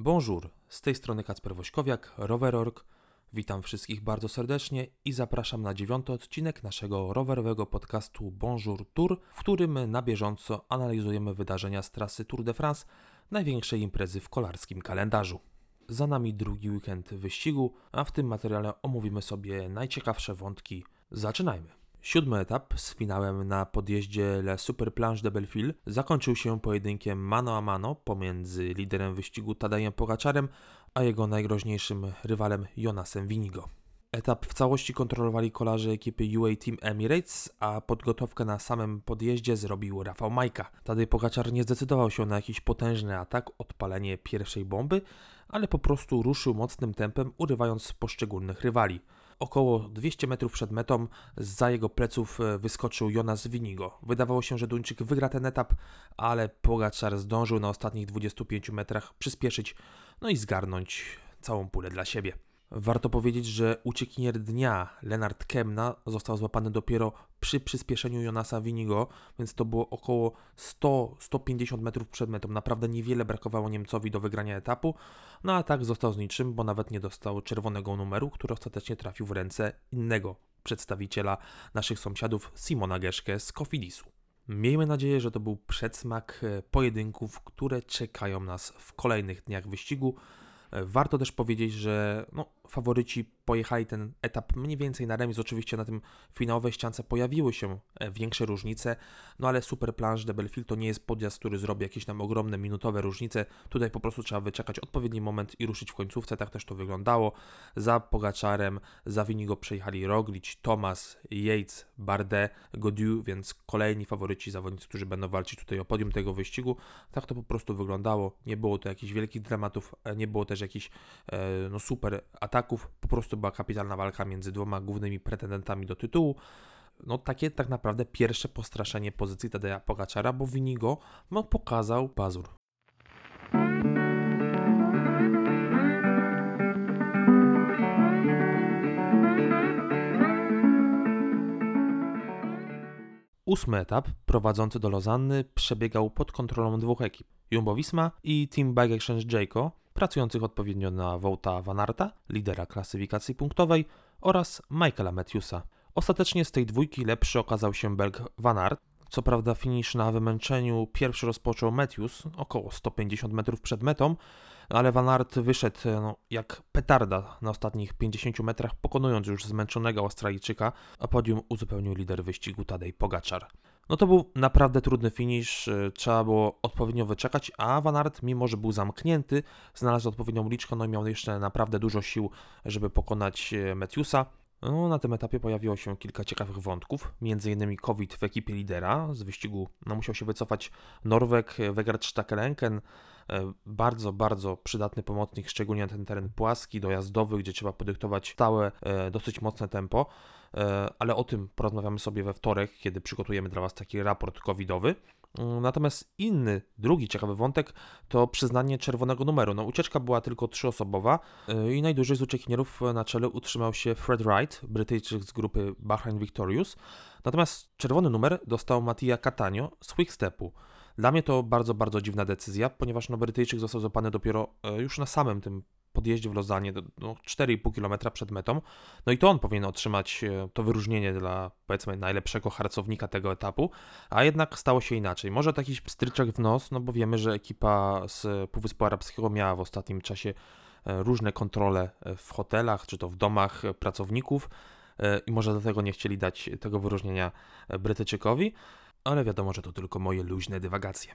Bonjour, z tej strony Kacper Wośkowiak, Rower.org. Witam wszystkich bardzo serdecznie i zapraszam na 9. odcinek naszego rowerowego podcastu Bonjour Tour, w którym na bieżąco analizujemy wydarzenia z trasy Tour de France, największej imprezy w kolarskim kalendarzu. Za nami drugi weekend wyścigu, a w tym materiale omówimy sobie najciekawsze wątki. Zaczynajmy! 7. etap z finałem na podjeździe La Super Planche de Belleville zakończył się pojedynkiem mano a mano pomiędzy liderem wyścigu Tadejem Pogaczarem a jego najgroźniejszym rywalem Jonasem Vinigo. Etap w całości kontrolowali kolarze ekipy UAE Team Emirates, a podgotowkę na samym podjeździe zrobił Rafał Majka. Tadej Pogaczar nie zdecydował się na jakiś potężny atak, odpalenie pierwszej bomby, ale po prostu ruszył mocnym tempem, urywając poszczególnych rywali. Około 200 metrów przed metą zza jego pleców wyskoczył Jonas Vinigo. Wydawało się, że Duńczyk wygra ten etap, ale Pogaczar zdążył na ostatnich 25 metrach przyspieszyć, no i zgarnąć całą pulę dla siebie. Warto powiedzieć, że uciekinier dnia Lennart Kemna został złapany dopiero przy przyspieszeniu Jonasa Vinigo, więc to było około 100-150 metrów przed metą. Naprawdę niewiele brakowało Niemcowi do wygrania etapu, no a tak został z niczym, bo nawet nie dostał czerwonego numeru, który ostatecznie trafił w ręce innego przedstawiciela naszych sąsiadów, Simona Geschke z Cofidisu. Miejmy nadzieję, że to był przedsmak pojedynków, które czekają nas w kolejnych dniach wyścigu. Warto też powiedzieć, że faworyci pojechali ten etap mniej więcej na remis. Oczywiście na tym finałowej ściance pojawiły się większe różnice, no ale Super Planche de Belleville to nie jest podjazd, który zrobi jakieś tam ogromne minutowe różnice. Tutaj po prostu trzeba wyczekać odpowiedni moment i ruszyć w końcówce. Tak też to wyglądało. Za Pogaczarem, za Vinigo przejechali Roglic, Thomas, Yates, Bardet, Gaudu, więc kolejni faworyci, zawodnicy, którzy będą walczyć tutaj o podium tego wyścigu. Tak to po prostu wyglądało. Nie było to jakichś wielkich dramatów, nie było też jakichś super ataków. Po prostu była kapitalna walka między dwoma głównymi pretendentami do tytułu. Takie tak naprawdę pierwsze postraszenie pozycji Tadeja Pogaczara, bo Vinigo pokazał pazur. Ósmy etap, prowadzący do Lozanny, przebiegał pod kontrolą dwóch ekip, Jumbo-Visma i Team Bike Exchange Jayco, pracujących odpowiednio na Wouta van Aerta, lidera klasyfikacji punktowej, oraz Michaela Matthewsa. Ostatecznie z tej dwójki lepszy okazał się Belg van Aert. Co prawda finisz na wymęczeniu pierwszy rozpoczął Matthews około 150 metrów przed metą, ale Van Aert wyszedł jak petarda na ostatnich 50 metrach, pokonując już zmęczonego Australijczyka, a podium uzupełnił lider wyścigu Tadej Pogaczar. To był naprawdę trudny finisz, trzeba było odpowiednio wyczekać, a Van Aert, mimo że był zamknięty, znalazł odpowiednią liczkę, i miał jeszcze naprawdę dużo sił, żeby pokonać Matthewsa. Na tym etapie pojawiło się kilka ciekawych wątków, m.in. COVID w ekipie lidera. Z wyścigu musiał się wycofać Norweg Vegard Stackelenken, bardzo, bardzo przydatny pomocnik, szczególnie na ten teren płaski, dojazdowy, gdzie trzeba podyktować stałe, dosyć mocne tempo, ale o tym porozmawiamy sobie we wtorek, kiedy przygotujemy dla Was taki raport covidowy. Natomiast drugi ciekawy wątek to przyznanie czerwonego numeru. Ucieczka była tylko 3-osobowa i najdłużej z uciekinierów na czele utrzymał się Fred Wright, Brytyjczyk z grupy Bahrain Victorious. Natomiast czerwony numer dostał Mattia Cattaneo z Quick-Stepu. Dla mnie to bardzo, bardzo dziwna decyzja, ponieważ Brytyjczyk został złapany dopiero już na samym tym podjeździe w Lozanie, 4,5 km przed metą. I to on powinien otrzymać to wyróżnienie dla, powiedzmy, najlepszego harcownika tego etapu, a jednak stało się inaczej. Może to jakiś stryczek w nos, bo wiemy, że ekipa z Półwyspu Arabskiego miała w ostatnim czasie różne kontrole w hotelach, czy to w domach pracowników i może dlatego nie chcieli dać tego wyróżnienia Brytyjczykowi, ale wiadomo, że to tylko moje luźne dywagacje.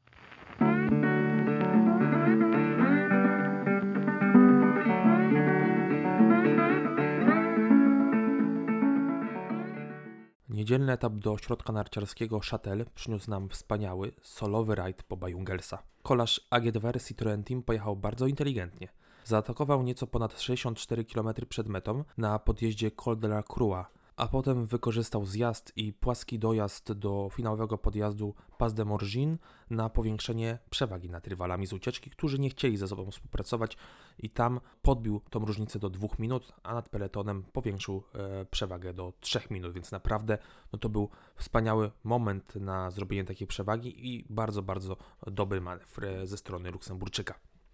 Niedzielny etap do ośrodka narciarskiego Châtel przyniósł nam wspaniały, solowy rajd po Bayungelsa. Kolarz AG2 Citroën Team pojechał bardzo inteligentnie. Zaatakował nieco ponad 64 km przed metą na podjeździe Col de la Croix, a potem wykorzystał zjazd i płaski dojazd do finałowego podjazdu Pas de Morgine na powiększenie przewagi nad rywalami z ucieczki, którzy nie chcieli ze sobą współpracować i tam podbił tą różnicę do 2 minut, a nad peletonem powiększył przewagę do 3 minut, więc naprawdę to był wspaniały moment na zrobienie takiej przewagi i bardzo, bardzo dobry manewr ze strony Luksemburczyka.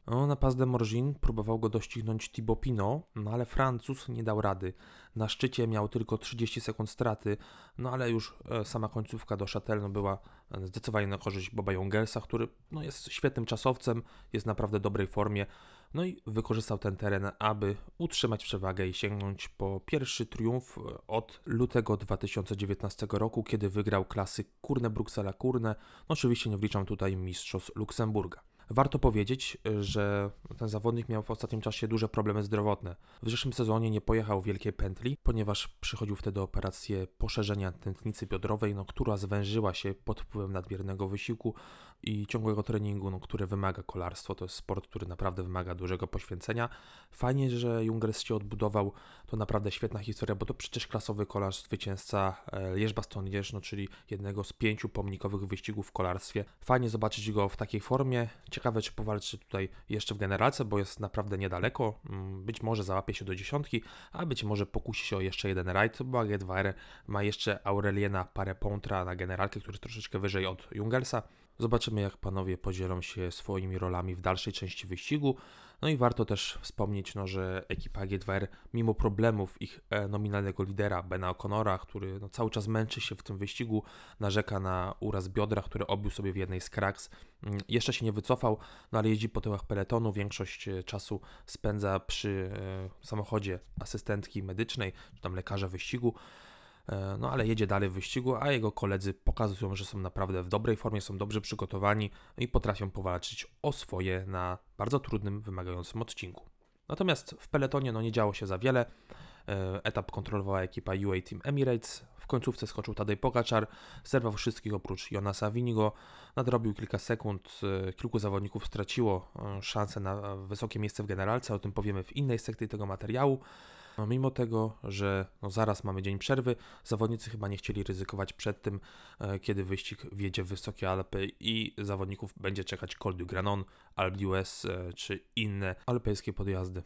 No, na Pas de Morgin próbował go doścignąć Thibaut Pinot, no ale Francuz nie dał rady. Na szczycie miał tylko 30 sekund straty, no ale już sama końcówka do Châtel była zdecydowanie na korzyść Boba Jungelsa, który jest świetnym czasowcem, jest w naprawdę dobrej formie. No i wykorzystał ten teren, aby utrzymać przewagę i sięgnąć po pierwszy triumf od lutego 2019 roku, kiedy wygrał klasy Kurne-Bruksela-Kurne. No oczywiście nie wliczam tutaj mistrzostw Luksemburga. Warto powiedzieć, że ten zawodnik miał w ostatnim czasie duże problemy zdrowotne. W zeszłym sezonie nie pojechał wielkiej pętli, ponieważ przychodził wtedy operację poszerzenia tętnicy biodrowej, która zwężyła się pod wpływem nadmiernego wysiłku i ciągłego treningu, który wymaga kolarstwo. To jest sport, który naprawdę wymaga dużego poświęcenia. Fajnie, że Jungels się odbudował. To naprawdę świetna historia, bo to przecież klasowy kolarz, zwycięzca Liège-Bastogne-Liège, czyli jednego z 5 pomnikowych wyścigów w kolarstwie. Fajnie zobaczyć go w takiej formie. Ciekawe, czy powalczy tutaj jeszcze w generalce, bo jest naprawdę niedaleko. Być może załapie się do 10, a być może pokusi się o jeszcze jeden rajd, bo AG2R ma jeszcze Aureliena Paré-Pontra na generalkę, który jest troszeczkę wyżej od Jungelsa. Zobaczymy, jak panowie podzielą się swoimi rolami w dalszej części wyścigu. No i warto też wspomnieć, że ekipa AG2R, mimo problemów ich nominalnego lidera Bena O'Connora, który cały czas męczy się w tym wyścigu, narzeka na uraz biodra, który obił sobie w jednej z kraks, jeszcze się nie wycofał, ale jeździ po tyłach peletonu, większość czasu spędza przy samochodzie asystentki medycznej, czy tam lekarza wyścigu. Ale jedzie dalej w wyścigu, a jego koledzy pokazują, że są naprawdę w dobrej formie, są dobrze przygotowani i potrafią powalczyć o swoje na bardzo trudnym, wymagającym odcinku. Natomiast w peletonie nie działo się za wiele. Etap kontrolowała ekipa UAE Team Emirates. W końcówce skoczył Tadej Pogačar, zerwał wszystkich oprócz Jonasa Vinigo, nadrobił kilka sekund, kilku zawodników straciło szansę na wysokie miejsce w generalce, o tym powiemy w innej sekcji tego materiału. Mimo tego, że zaraz mamy dzień przerwy, zawodnicy chyba nie chcieli ryzykować przed tym, kiedy wyścig wjedzie w wysokie Alpy i zawodników będzie czekać Col du Granon, Alpe d'Huez czy inne alpejskie podjazdy.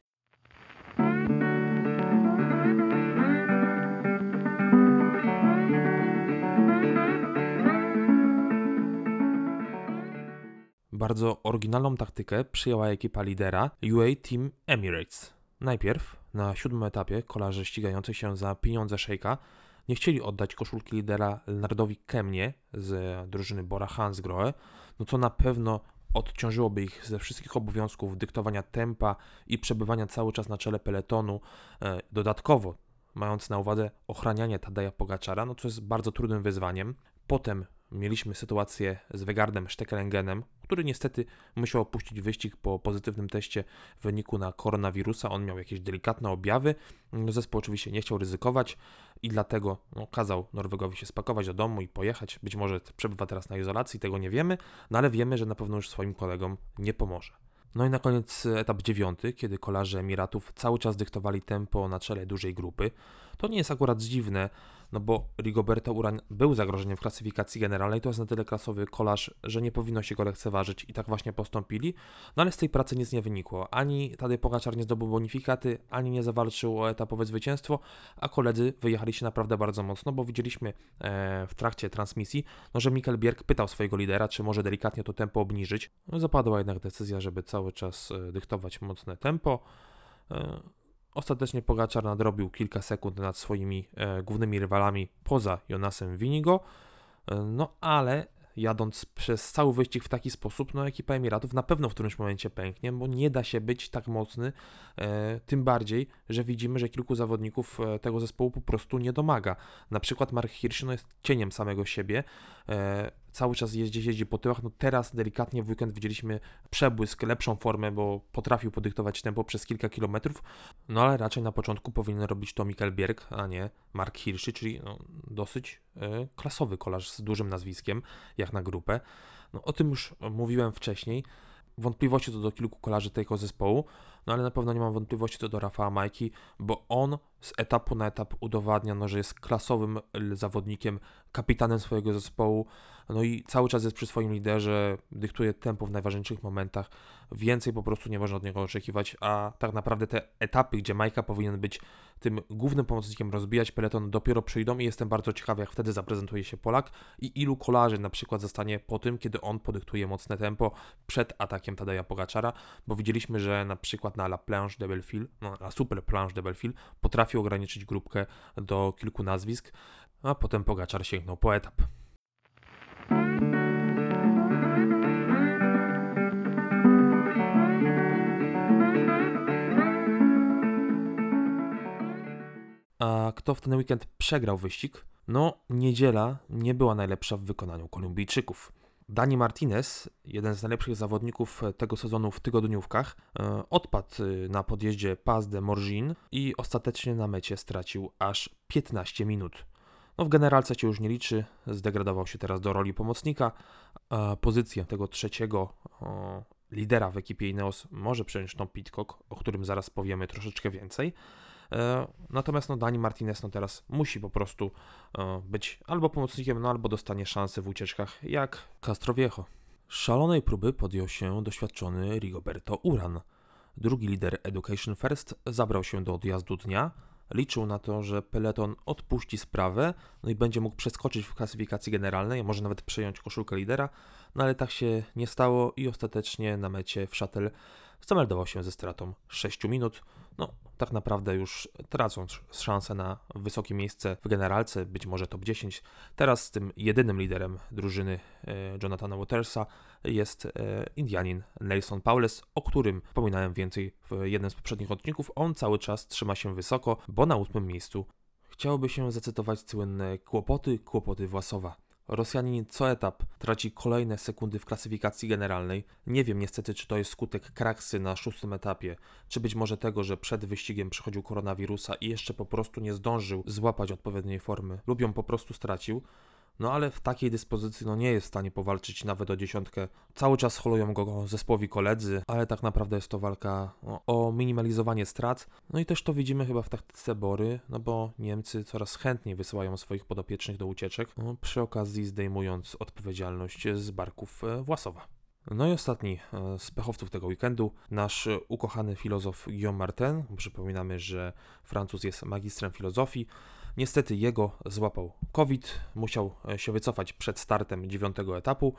Bardzo oryginalną taktykę przyjęła ekipa lidera UAE Team Emirates. Najpierw na 7. etapie kolarze ścigający się za pieniądze szejka nie chcieli oddać koszulki lidera Lennardowi Kemnie z drużyny Bora Hansgrohe, co na pewno odciążyłoby ich ze wszystkich obowiązków dyktowania tempa i przebywania cały czas na czele peletonu. Dodatkowo, mając na uwadze ochranianie Tadeja Pogačara, co jest bardzo trudnym wyzwaniem. Potem mieliśmy sytuację z Vegardem Stekelengenem, który niestety musiał opuścić wyścig po pozytywnym teście w wyniku na koronawirusa. On miał jakieś delikatne objawy. Zespół oczywiście nie chciał ryzykować i dlatego kazał Norwegowi się spakować do domu i pojechać. Być może przebywa teraz na izolacji, tego nie wiemy, ale wiemy, że na pewno już swoim kolegom nie pomoże. I na koniec etap 9, kiedy kolarze Emiratów cały czas dyktowali tempo na czele dużej grupy. To nie jest akurat dziwne, bo Rigoberto Urán był zagrożeniem w klasyfikacji generalnej, to jest na tyle klasowy kolarz, że nie powinno się go lekceważyć i tak właśnie postąpili, ale z tej pracy nic nie wynikło. Ani Tadej Pogačar nie zdobył bonifikaty, ani nie zawalczył o etapowe zwycięstwo, a koledzy wyjechali się naprawdę bardzo mocno, bo widzieliśmy w trakcie transmisji, że Mikkel Bjerg pytał swojego lidera, czy może delikatnie to tempo obniżyć. Zapadła jednak decyzja, żeby cały czas dyktować mocne tempo. Ostatecznie Pogačar nadrobił kilka sekund nad swoimi głównymi rywalami poza Jonasem Vinigo, ale jadąc przez cały wyścig w taki sposób, ekipa Emiratów na pewno w którymś momencie pęknie, bo nie da się być tak mocny, tym bardziej, że widzimy, że kilku zawodników tego zespołu po prostu nie domaga. Na przykład Mark Hirschi jest cieniem samego siebie, cały czas jeździ po tyłach, teraz delikatnie w weekend widzieliśmy przebłysk, lepszą formę, bo potrafił podyktować tempo przez kilka kilometrów, ale raczej na początku powinien robić to Mikkel Bjerg, a nie Mark Hirschi, czyli dosyć klasowy kolarz z dużym nazwiskiem, jak na grupę. O tym już mówiłem wcześniej. Wątpliwości co do kilku kolarzy tego zespołu, no ale na pewno nie mam wątpliwości co do Rafała Majki, bo on z etapu na etap udowadnia, no, że jest klasowym zawodnikiem, kapitanem swojego zespołu, no i cały czas jest przy swoim liderze, dyktuje tempo w najważniejszych momentach, więcej po prostu nie można od niego oczekiwać, a tak naprawdę te etapy, gdzie Majka powinien być tym głównym pomocnikiem, rozbijać peleton, dopiero przyjdą i jestem bardzo ciekawy, jak wtedy zaprezentuje się Polak i ilu kolarzy na przykład zostanie po tym, kiedy on podyktuje mocne tempo przed atakiem Tadeja Pogaczara, bo widzieliśmy, że na przykład na La Planche de Belleville, na Super Planche de Belleville potrafił ograniczyć grupkę do kilku nazwisk, a potem Pogaczar sięgnął po etap. A kto w ten weekend przegrał wyścig? No, niedziela nie była najlepsza w wykonaniu Kolumbijczyków. Dani Martinez, jeden z najlepszych zawodników tego sezonu w tygodniówkach, odpadł na podjeździe Pas de Morgin i ostatecznie na mecie stracił aż 15 minut. No w generalce się już nie liczy, zdegradował się teraz do roli pomocnika, a pozycję tego trzeciego lidera w ekipie Ineos może przejąć Tom Pidcock, o którym zaraz powiemy troszeczkę więcej. Natomiast Dani Martinez teraz musi po prostu być albo pomocnikiem, albo dostanie szansę w ucieczkach jak Castroviejo. Szalonej próby podjął się doświadczony Rigoberto Urán. Drugi lider Education First zabrał się do odjazdu dnia, liczył na to, że peleton odpuści sprawę, i będzie mógł przeskoczyć w klasyfikacji generalnej, może nawet przejąć koszulkę lidera, ale tak się nie stało i ostatecznie na mecie w Châtel zameldował się ze stratą 6 minut. Tak naprawdę już tracąc szansę na wysokie miejsce w generalce, być może top 10. Teraz z tym jedynym liderem drużyny Jonathana Watersa jest Indianin Nelson Powless, o którym wspominałem więcej w jednym z poprzednich odcinków. On cały czas trzyma się wysoko, bo na 8. miejscu. Chciałoby się zacytować słynne kłopoty Własowa. Rosjanin co etap traci kolejne sekundy w klasyfikacji generalnej. Nie wiem niestety, czy to jest skutek kraksy na 6. etapie, czy być może tego, że przed wyścigiem przychodził koronawirusa i jeszcze po prostu nie zdążył złapać odpowiedniej formy lub ją po prostu stracił. Ale w takiej dyspozycji nie jest w stanie powalczyć nawet o 10. Cały czas holują go zespołowi koledzy, ale tak naprawdę jest to walka o minimalizowanie strat. I też to widzimy chyba w taktyce Bory, bo Niemcy coraz chętniej wysyłają swoich podopiecznych do ucieczek, przy okazji zdejmując odpowiedzialność z barków Własowa. I ostatni z pechowców tego weekendu, nasz ukochany filozof Guillaume Martin. Przypominamy, że Francuz jest magistrem filozofii. Niestety jego złapał COVID, musiał się wycofać przed startem 9. etapu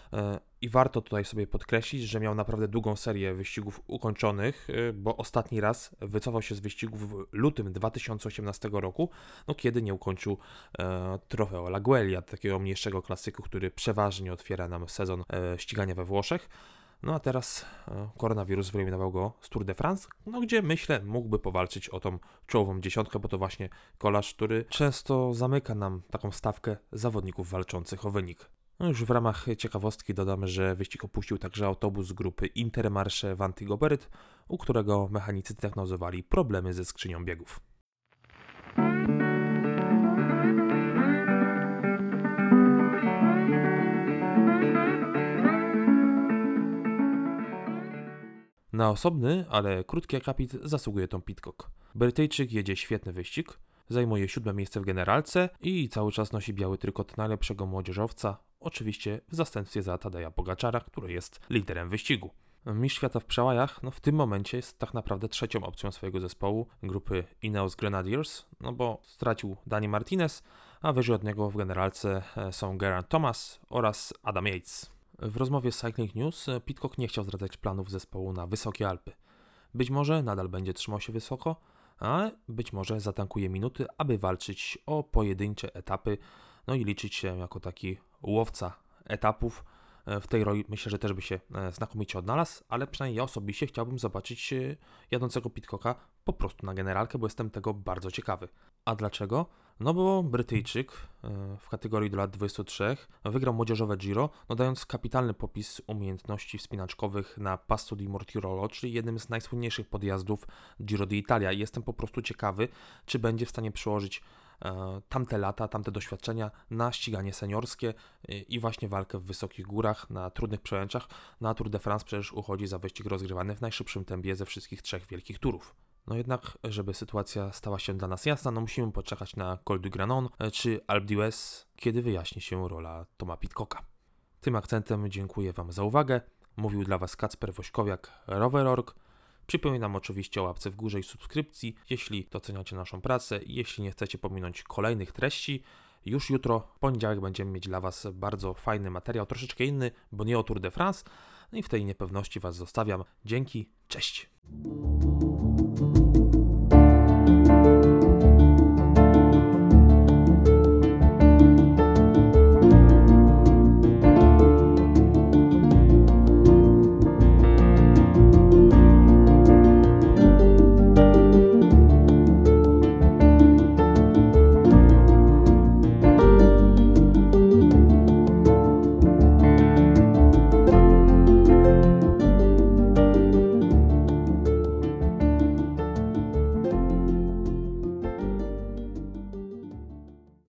i warto tutaj sobie podkreślić, że miał naprawdę długą serię wyścigów ukończonych, bo ostatni raz wycofał się z wyścigów w lutym 2018 roku, kiedy nie ukończył Trofeo La Guelia, takiego mniejszego klasyku, który przeważnie otwiera nam sezon ścigania we Włoszech. A teraz koronawirus wyeliminował go z Tour de France, gdzie myślę mógłby powalczyć o tą czołową 10, bo to właśnie kolarz, który często zamyka nam taką stawkę zawodników walczących o wynik. Już w ramach ciekawostki dodamy, że wyścig opuścił także autobus grupy Intermarché Vanty-Gobert, u którego mechanicy diagnozowali problemy ze skrzynią biegów. Na osobny, ale krótki akapit zasługuje Tom Pidcock. Brytyjczyk jedzie świetny wyścig, zajmuje 7. miejsce w generalce i cały czas nosi biały trykot najlepszego młodzieżowca, oczywiście w zastępstwie za Tadeja Pogaczara, który jest liderem wyścigu. Mistrz świata w przełajach w tym momencie jest tak naprawdę trzecią opcją swojego zespołu, grupy Ineos Grenadiers, bo stracił Dani Martinez, a wyżej od niego w generalce są Geraint Thomas oraz Adam Yates. W rozmowie z Cycling News Pidcock nie chciał zdradzać planów zespołu na wysokie Alpy. Być może nadal będzie trzymał się wysoko, ale być może zatankuje minuty, aby walczyć o pojedyncze etapy, i liczyć się jako taki łowca etapów. W tej roli myślę, że też by się znakomicie odnalazł, ale przynajmniej ja osobiście chciałbym zobaczyć jadącego Pidcocka po prostu na generalkę, bo jestem tego bardzo ciekawy. A dlaczego? Bo Brytyjczyk w kategorii do lat 23 wygrał młodzieżowe Giro, dając kapitalny popis umiejętności wspinaczkowych na Passo di Mortirolo, czyli jednym z najsłynniejszych podjazdów Giro d'Italia. Jestem po prostu ciekawy, czy będzie w stanie przełożyć tamte lata, tamte doświadczenia na ściganie seniorskie i właśnie walkę w wysokich górach, na trudnych przełęczach. Na Tour de France przecież uchodzi za wyścig rozgrywany w najszybszym tempie ze wszystkich 3 wielkich turów. No jednak, żeby sytuacja stała się dla nas jasna, musimy poczekać na Col du Granon czy Alpe d'Huez, kiedy wyjaśni się rola Toma Pidcocka. Tym akcentem dziękuję Wam za uwagę. Mówił dla Was Kacper Wośkowiak, Rower.org. Przypominam oczywiście o łapce w górze i subskrypcji, jeśli doceniacie naszą pracę i jeśli nie chcecie pominąć kolejnych treści. Już jutro, w poniedziałek, będziemy mieć dla Was bardzo fajny materiał, troszeczkę inny, bo nie o Tour de France. No i w tej niepewności Was zostawiam. Dzięki, cześć!